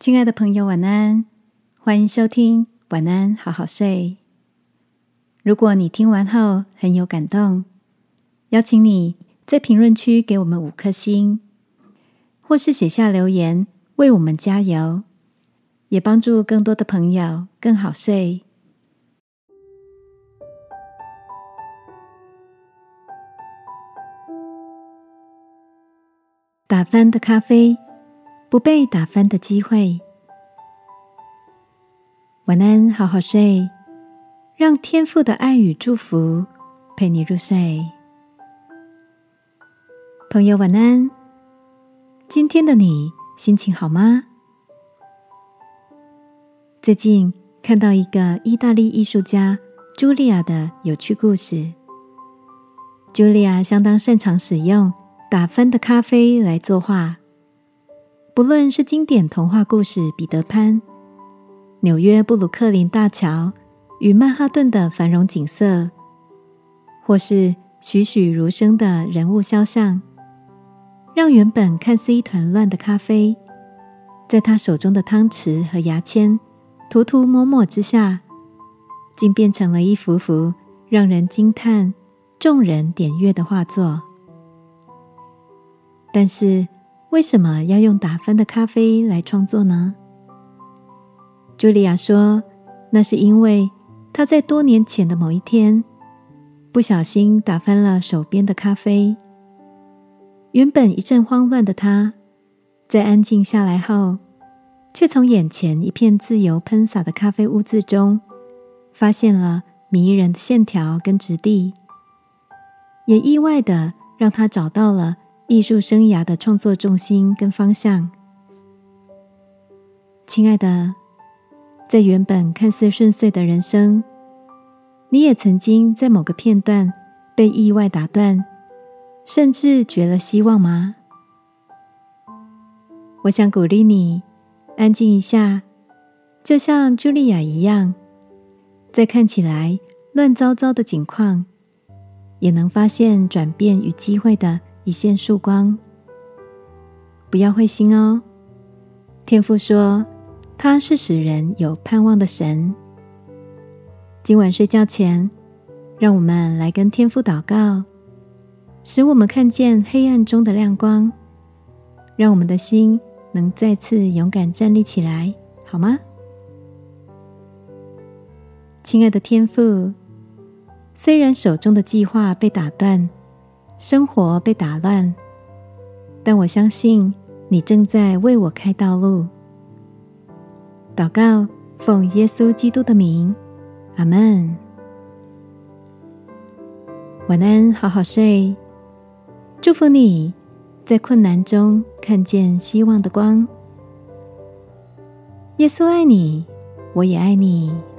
亲爱的朋友，晚安，欢迎收听晚安好好睡。如果你听完后很有感动，邀请你在评论区给我们5颗星，或是写下留言为我们加油，也帮助更多的朋友更好睡。打翻的咖啡，不被打翻的机会。晚安好好睡，让天父的爱与祝福陪你入睡。朋友晚安，今天的你心情好吗？最近看到一个意大利艺术家茱莉亚的有趣故事。茱莉亚相当擅长使用打翻的咖啡来作画，不论是经典童话故事彼得潘、纽约布鲁克林大桥与曼哈顿的繁荣景色，或是栩栩如生的人物肖像，让原本看似一团乱的咖啡，在他手中的汤匙和牙签涂涂抹抹之下，竟变成了一幅幅让人惊叹、众人点阅的画作。但是为什么要用打翻的咖啡来创作呢？茱莉亚说，那是因为她在多年前的某一天，不小心打翻了手边的咖啡。原本一阵慌乱的她，在安静下来后，却从眼前一片自由喷洒的咖啡污渍中，发现了迷人的线条跟质地，也意外地让她找到了艺术生涯的创作重心跟方向。亲爱的，在原本看似顺遂的人生，你也曾经在某个片段被意外打断，甚至绝了希望吗？我想鼓励你安静一下，就像茱莉亚一样，在看起来乱糟糟的景况，也能发现转变与机会的一线曙光。不要灰心哦，天父说他是使人有盼望的神。今晚睡觉前，让我们来跟天父祷告，使我们看见黑暗中的亮光，让我们的心能再次勇敢站立起来，好吗？亲爱的天父，虽然手中的计划被打断，生活被打乱，但我相信你正在为我开道路。祷告，奉耶稣基督的名，阿们。晚安，好好睡。祝福你在困难中看见希望的光。耶稣爱你，我也爱你。